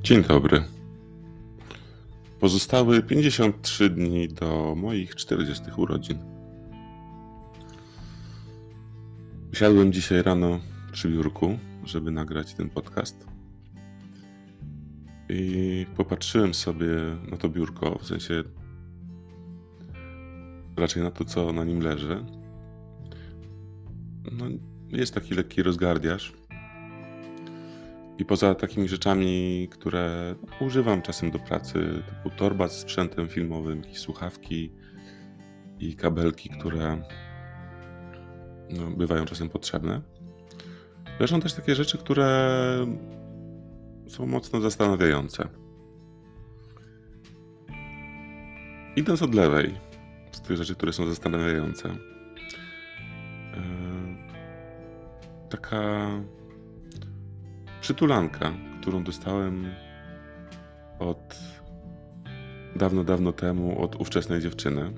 Dzień dobry. Pozostały 53 dni do moich 40 urodzin. Usiadłem dzisiaj rano przy biurku, żeby nagrać ten podcast. I popatrzyłem sobie na to biurko, w sensie raczej na to, co na nim leży. No, jest taki lekki rozgardiaż. I poza takimi rzeczami, które używam czasem do pracy, typu torba z sprzętem filmowym, jakieś słuchawki i kabelki, które bywają czasem potrzebne, leżą też takie rzeczy, które są mocno zastanawiające. Idąc od lewej, z tych rzeczy, które są zastanawiające, taka przytulanka, którą dostałem od dawno, dawno temu od ówczesnej dziewczyny,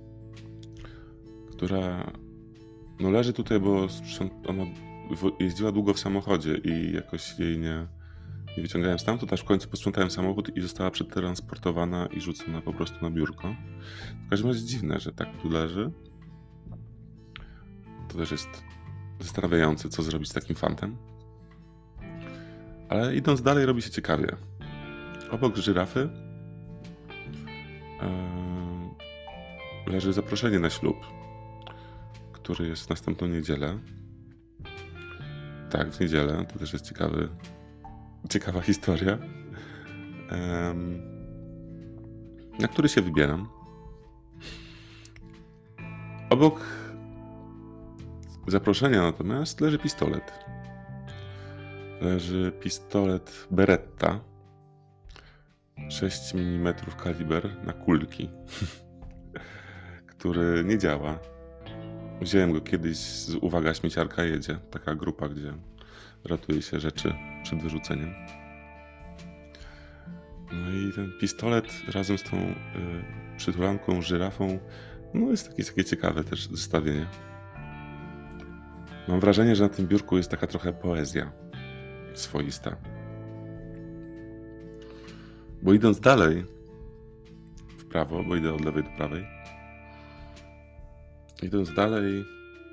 która leży tutaj, bo ona jeździła długo w samochodzie i jakoś jej nie wyciągałem stamtąd, aż w końcu posprzątałem samochód i została przetransportowana i rzucona po prostu na biurko. W każdym razie dziwne, że tak tu leży. To też jest zastanawiające, co zrobić z takim fantem. Ale idąc dalej, robi się ciekawie. Obok żyrafy leży zaproszenie na ślub, który jest w następną niedzielę. Tak, w niedzielę. To też jest ciekawa historia, na który się wybieram. Obok zaproszenia natomiast leży pistolet. Leży pistolet Beretta 6 mm kaliber na kulki, który nie działa. Wziąłem go kiedyś z Uwaga, śmieciarka jedzie. Taka grupa, gdzie ratuje się rzeczy przed wyrzuceniem. No i ten pistolet razem z tą przytulanką, żyrafą, jest takie ciekawe też zestawienie. Mam wrażenie, że na tym biurku jest taka trochę poezja swoista. Bo idąc dalej w prawo, bo idę od lewej do prawej, idąc dalej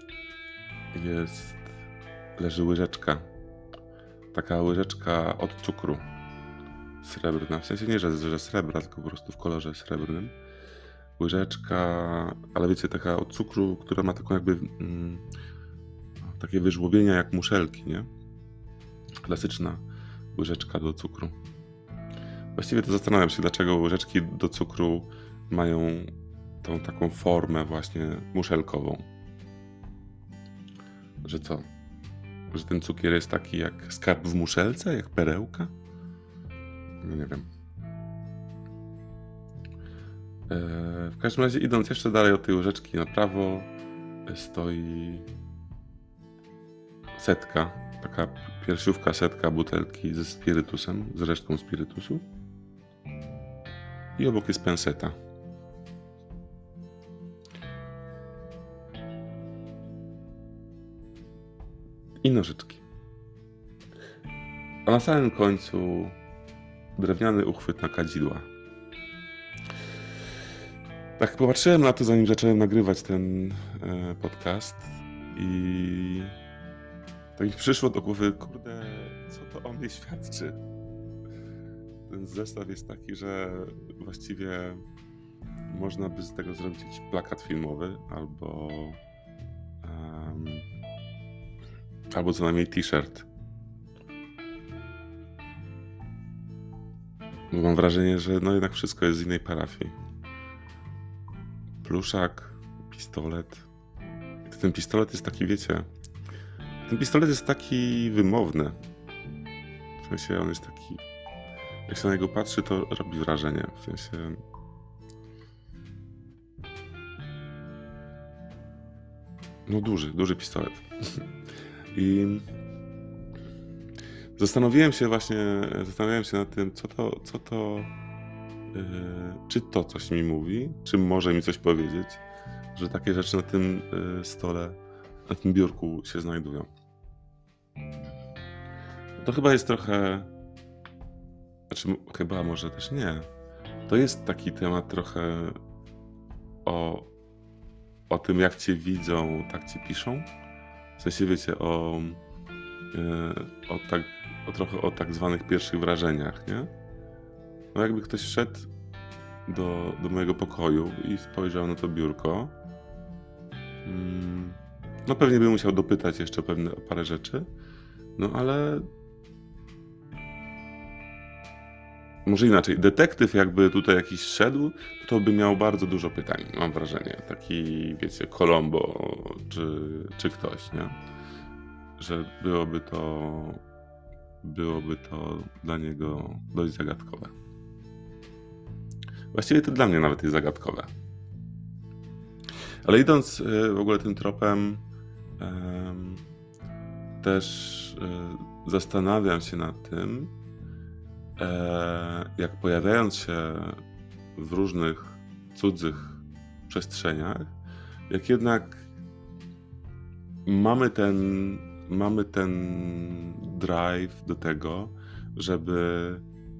leży łyżeczka. Taka łyżeczka od cukru srebrna. W sensie nie, że srebra, tylko po prostu w kolorze srebrnym. Łyżeczka, ale wiecie, taka od cukru, która ma taką jakby takie wyżłobienia jak muszelki, nie? Klasyczna łyżeczka do cukru. Właściwie to zastanawiam się, dlaczego łyżeczki do cukru mają tą taką formę właśnie muszelkową. Że co? Że ten cukier jest taki jak skarb w muszelce? Jak perełka? No nie wiem. W każdym razie idąc jeszcze dalej od tej łyżeczki na prawo stoi setka. Taka piersiówka setka butelki ze spirytusem, z resztką spirytusu. I obok jest penseta. I nożyczki. A na samym końcu drewniany uchwyt na kadzidła. Tak popatrzyłem na to, zanim zacząłem nagrywać ten podcast i tak mi przyszło do głowy, kurde, co to o mnie świadczy? Ten zestaw jest taki, że właściwie można by z tego zrobić jakiś plakat filmowy albo co najmniej t-shirt. Bo mam wrażenie, że jednak wszystko jest z innej parafii. Pluszak, pistolet. Ten pistolet jest taki, wiecie, ten pistolet jest taki wymowny. W sensie on jest taki, jak się na niego patrzy, to robi wrażenie. W sensie duży pistolet. I zastanawiałem się nad tym, czy to coś mi mówi, czy może mi coś powiedzieć, że takie rzeczy na tym stole, na tym biurku się znajdują. To chyba jest trochę Znaczy, chyba może też nie. To jest taki temat trochę o, o tym, jak cię widzą, tak cię piszą. W sensie, wiecie, tak, trochę o tak zwanych pierwszych wrażeniach, nie? No jakby ktoś wszedł do mojego pokoju i spojrzał na to biurko, no pewnie bym musiał dopytać jeszcze o parę rzeczy, no ale może inaczej, detektyw jakby tutaj jakiś szedł, to by miał bardzo dużo pytań, mam wrażenie. Taki, wiecie, Columbo czy ktoś, nie? Że byłoby to dla niego dość zagadkowe. Właściwie to dla mnie nawet jest zagadkowe. Ale idąc w ogóle tym tropem, też zastanawiam się nad tym, jak pojawiając się w różnych cudzych przestrzeniach, jak jednak mamy ten drive do tego, żeby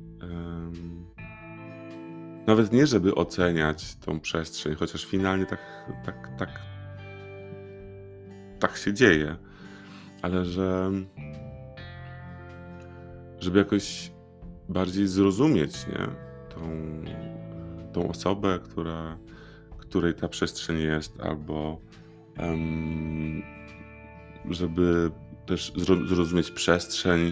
nawet nie żeby oceniać tą przestrzeń, chociaż finalnie tak się dzieje, ale żeby jakoś bardziej zrozumieć, nie? Tą osobę, której ta przestrzeń jest, albo żeby też zrozumieć przestrzeń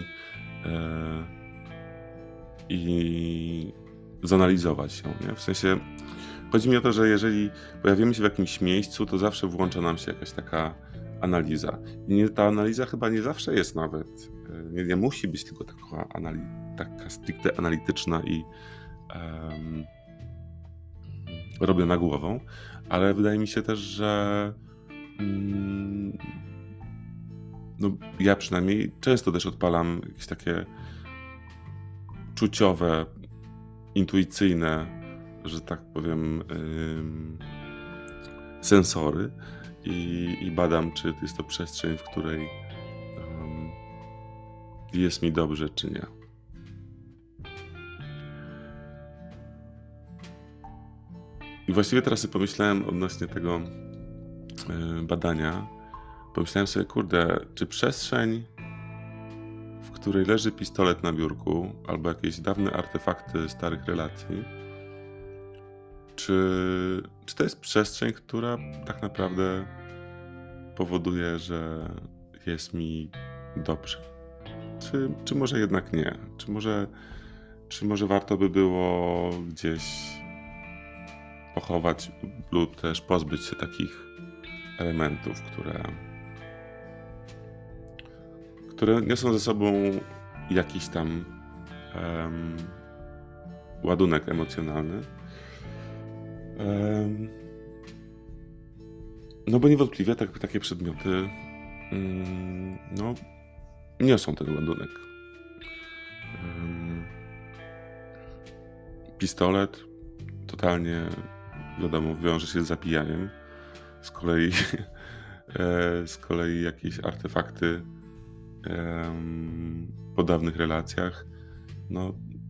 i zanalizować ją, nie? W sensie chodzi mi o to, że jeżeli pojawimy się w jakimś miejscu, to zawsze włącza nam się jakaś taka analiza. I ta analiza chyba nie zawsze jest nawet, nie musi być tylko taka stricte analityczna i robiona głową, ale wydaje mi się też, że no ja przynajmniej często też odpalam jakieś takie czuciowe, intuicyjne, że tak powiem, sensory i badam, czy jest to przestrzeń, w której jest mi dobrze, czy nie. I właściwie teraz sobie pomyślałem odnośnie tego badania, pomyślałem sobie, kurde, czy przestrzeń, w której leży pistolet na biurku, albo jakieś dawne artefakty starych relacji, czy to jest przestrzeń, która tak naprawdę powoduje, że jest mi dobrze? Czy może jednak nie? Czy może warto by było gdzieś pochować lub też pozbyć się takich elementów, które niosą ze sobą jakiś tam ładunek emocjonalny. No bo niewątpliwie takie przedmioty no, niosą ten ładunek. Pistolet totalnie, wiadomo, wiąże się z zabijaniem. Z kolei jakieś artefakty po dawnych relacjach, no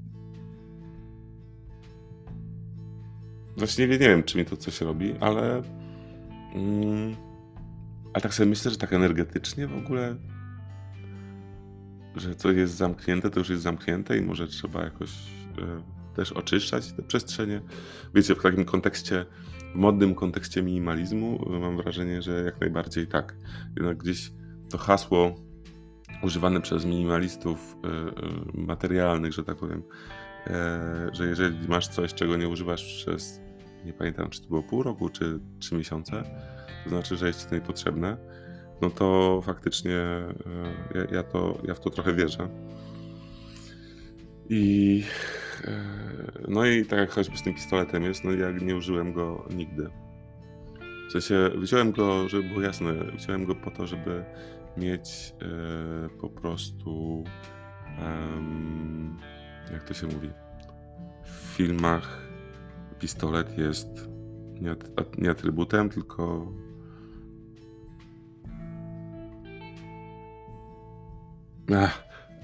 właśnie nie wiem, czy mi to coś robi, ale tak sobie myślę, że tak energetycznie w ogóle, że co jest zamknięte, to już jest zamknięte i może trzeba jakoś też oczyszczać te przestrzenie. Wiecie, w takim kontekście, w modnym kontekście minimalizmu mam wrażenie, że jak najbardziej tak. Jednak gdzieś to hasło używane przez minimalistów materialnych, że tak powiem, że jeżeli masz coś, czego nie używasz przez, nie pamiętam, czy to było pół roku, czy 3 miesiące, to znaczy, że jest ci to niepotrzebne, no to faktycznie ja w to trochę wierzę. No i tak jak choćby z tym pistoletem jest, no ja nie użyłem go nigdy. W sensie wziąłem go, żeby było jasne, wziąłem go po to, żeby mieć po prostu, jak to się mówi, w filmach pistolet jest nie atrybutem, tylko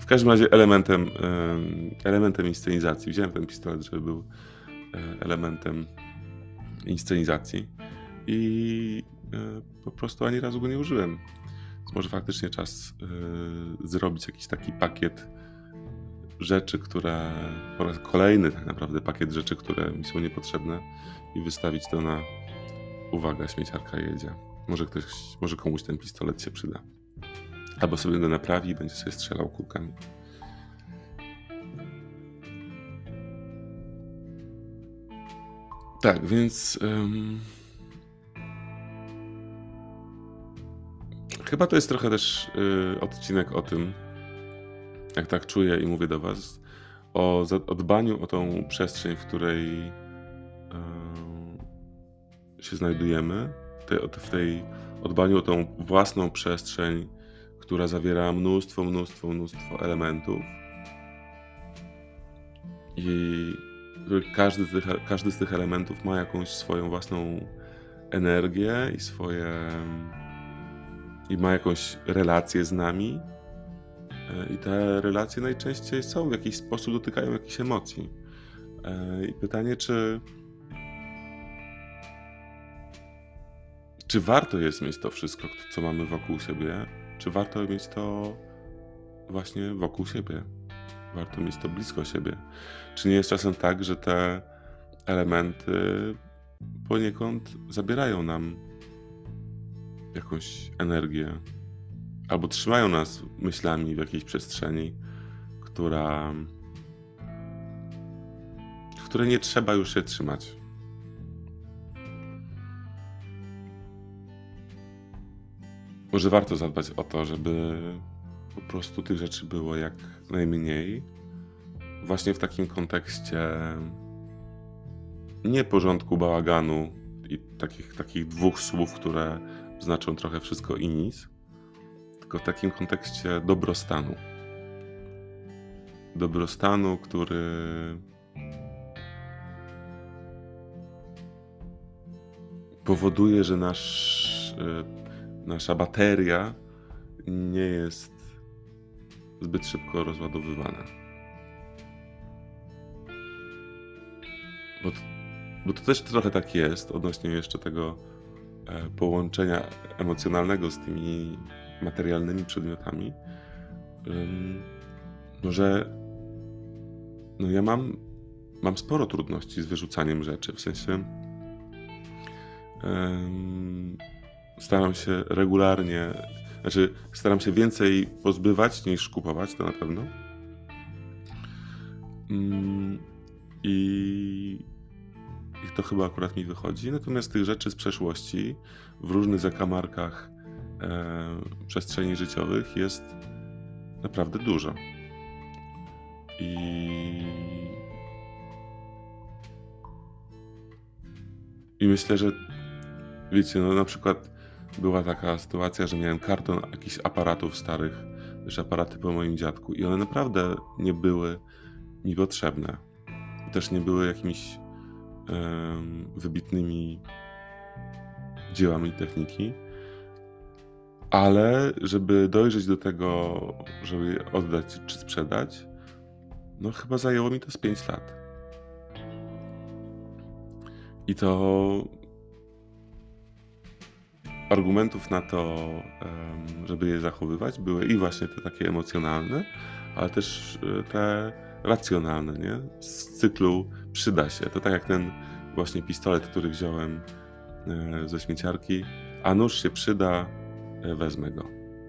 W każdym razie elementem inscenizacji. Wziąłem ten pistolet, żeby był elementem inscenizacji i po prostu ani razu go nie użyłem. Więc może faktycznie czas zrobić jakiś taki pakiet rzeczy, które po raz kolejny tak naprawdę pakiet rzeczy, które mi są niepotrzebne i wystawić to na uwaga, śmieciarka jedzie. Może komuś ten pistolet się przyda. Albo sobie go naprawi i będzie sobie strzelał kulkami. Tak, więc chyba to jest trochę też odcinek o tym, jak tak czuję i mówię do was, o dbaniu o tą przestrzeń, w której się znajdujemy, o dbaniu o tą własną przestrzeń, która zawiera mnóstwo elementów i każdy z tych elementów ma jakąś swoją własną energię i ma jakąś relację z nami. I te relacje najczęściej w jakiś sposób dotykają jakichś emocji. I pytanie, czy warto jest mieć to wszystko, co mamy wokół siebie? Czy warto mieć to właśnie wokół siebie? Warto mieć to blisko siebie? Czy nie jest czasem tak, że te elementy poniekąd zabierają nam jakąś energię albo trzymają nas myślami w jakiejś przestrzeni, w której nie trzeba już się trzymać? Może warto zadbać o to, żeby po prostu tych rzeczy było jak najmniej. Właśnie w takim kontekście nie porządku, bałaganu i takich dwóch słów, które znaczą trochę wszystko i nic, tylko w takim kontekście dobrostanu. Dobrostanu, który powoduje, że nasza bateria nie jest zbyt szybko rozładowywana. Bo to też trochę tak jest, odnośnie jeszcze tego połączenia emocjonalnego z tymi materialnymi przedmiotami, że ja mam sporo trudności z wyrzucaniem rzeczy, w sensie staram się więcej pozbywać niż kupować, to na pewno. I to chyba akurat mi wychodzi. Natomiast tych rzeczy z przeszłości w różnych zakamarkach przestrzeni życiowych jest naprawdę dużo. I myślę, że wiecie, na przykład była taka sytuacja, że miałem karton jakichś aparatów starych, też aparaty po moim dziadku i one naprawdę nie były mi potrzebne. Też nie były jakimiś wybitnymi dziełami techniki, ale żeby dojrzeć do tego, żeby je oddać czy sprzedać, chyba zajęło mi to z 5 lat. I to argumentów na to, żeby je zachowywać, były i właśnie te takie emocjonalne, ale też te racjonalne, nie? Z cyklu przyda się. To tak jak ten właśnie pistolet, który wziąłem ze śmieciarki, a nóż się przyda, wezmę go.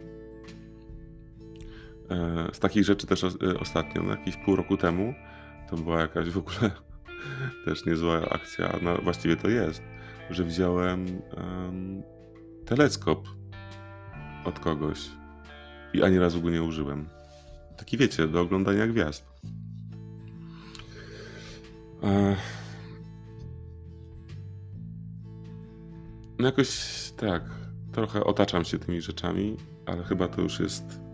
Z takich rzeczy też ostatnio, jakieś pół roku temu, to była jakaś w ogóle też niezła akcja, właściwie to jest, że wziąłem teleskop od kogoś i ani razu go nie użyłem. Taki wiecie, do oglądania gwiazd. Jakoś tak, trochę otaczam się tymi rzeczami, ale chyba to już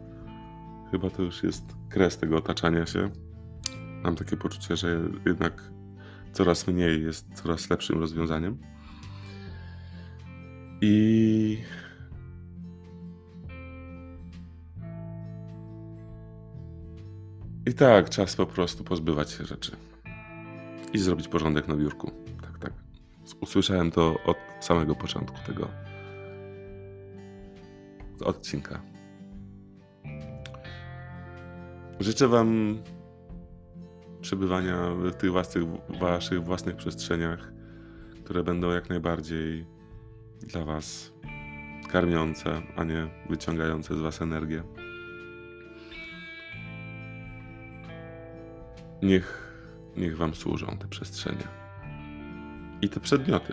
jest kres tego otaczania się. Mam takie poczucie, że jednak coraz mniej jest coraz lepszym rozwiązaniem. I I tak, czas po prostu pozbywać się rzeczy i zrobić porządek na biurku. Tak, tak. Usłyszałem to od samego początku tego odcinka. Życzę wam przebywania w tych waszych własnych przestrzeniach, które będą jak najbardziej dla was karmiące, a nie wyciągające z was energię. Niech wam służą te przestrzenie i te przedmioty,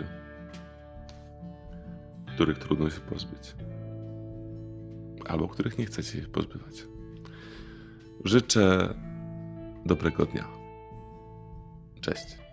których trudno się pozbyć, albo których nie chcecie się pozbywać. Życzę dobrego dnia. Cześć.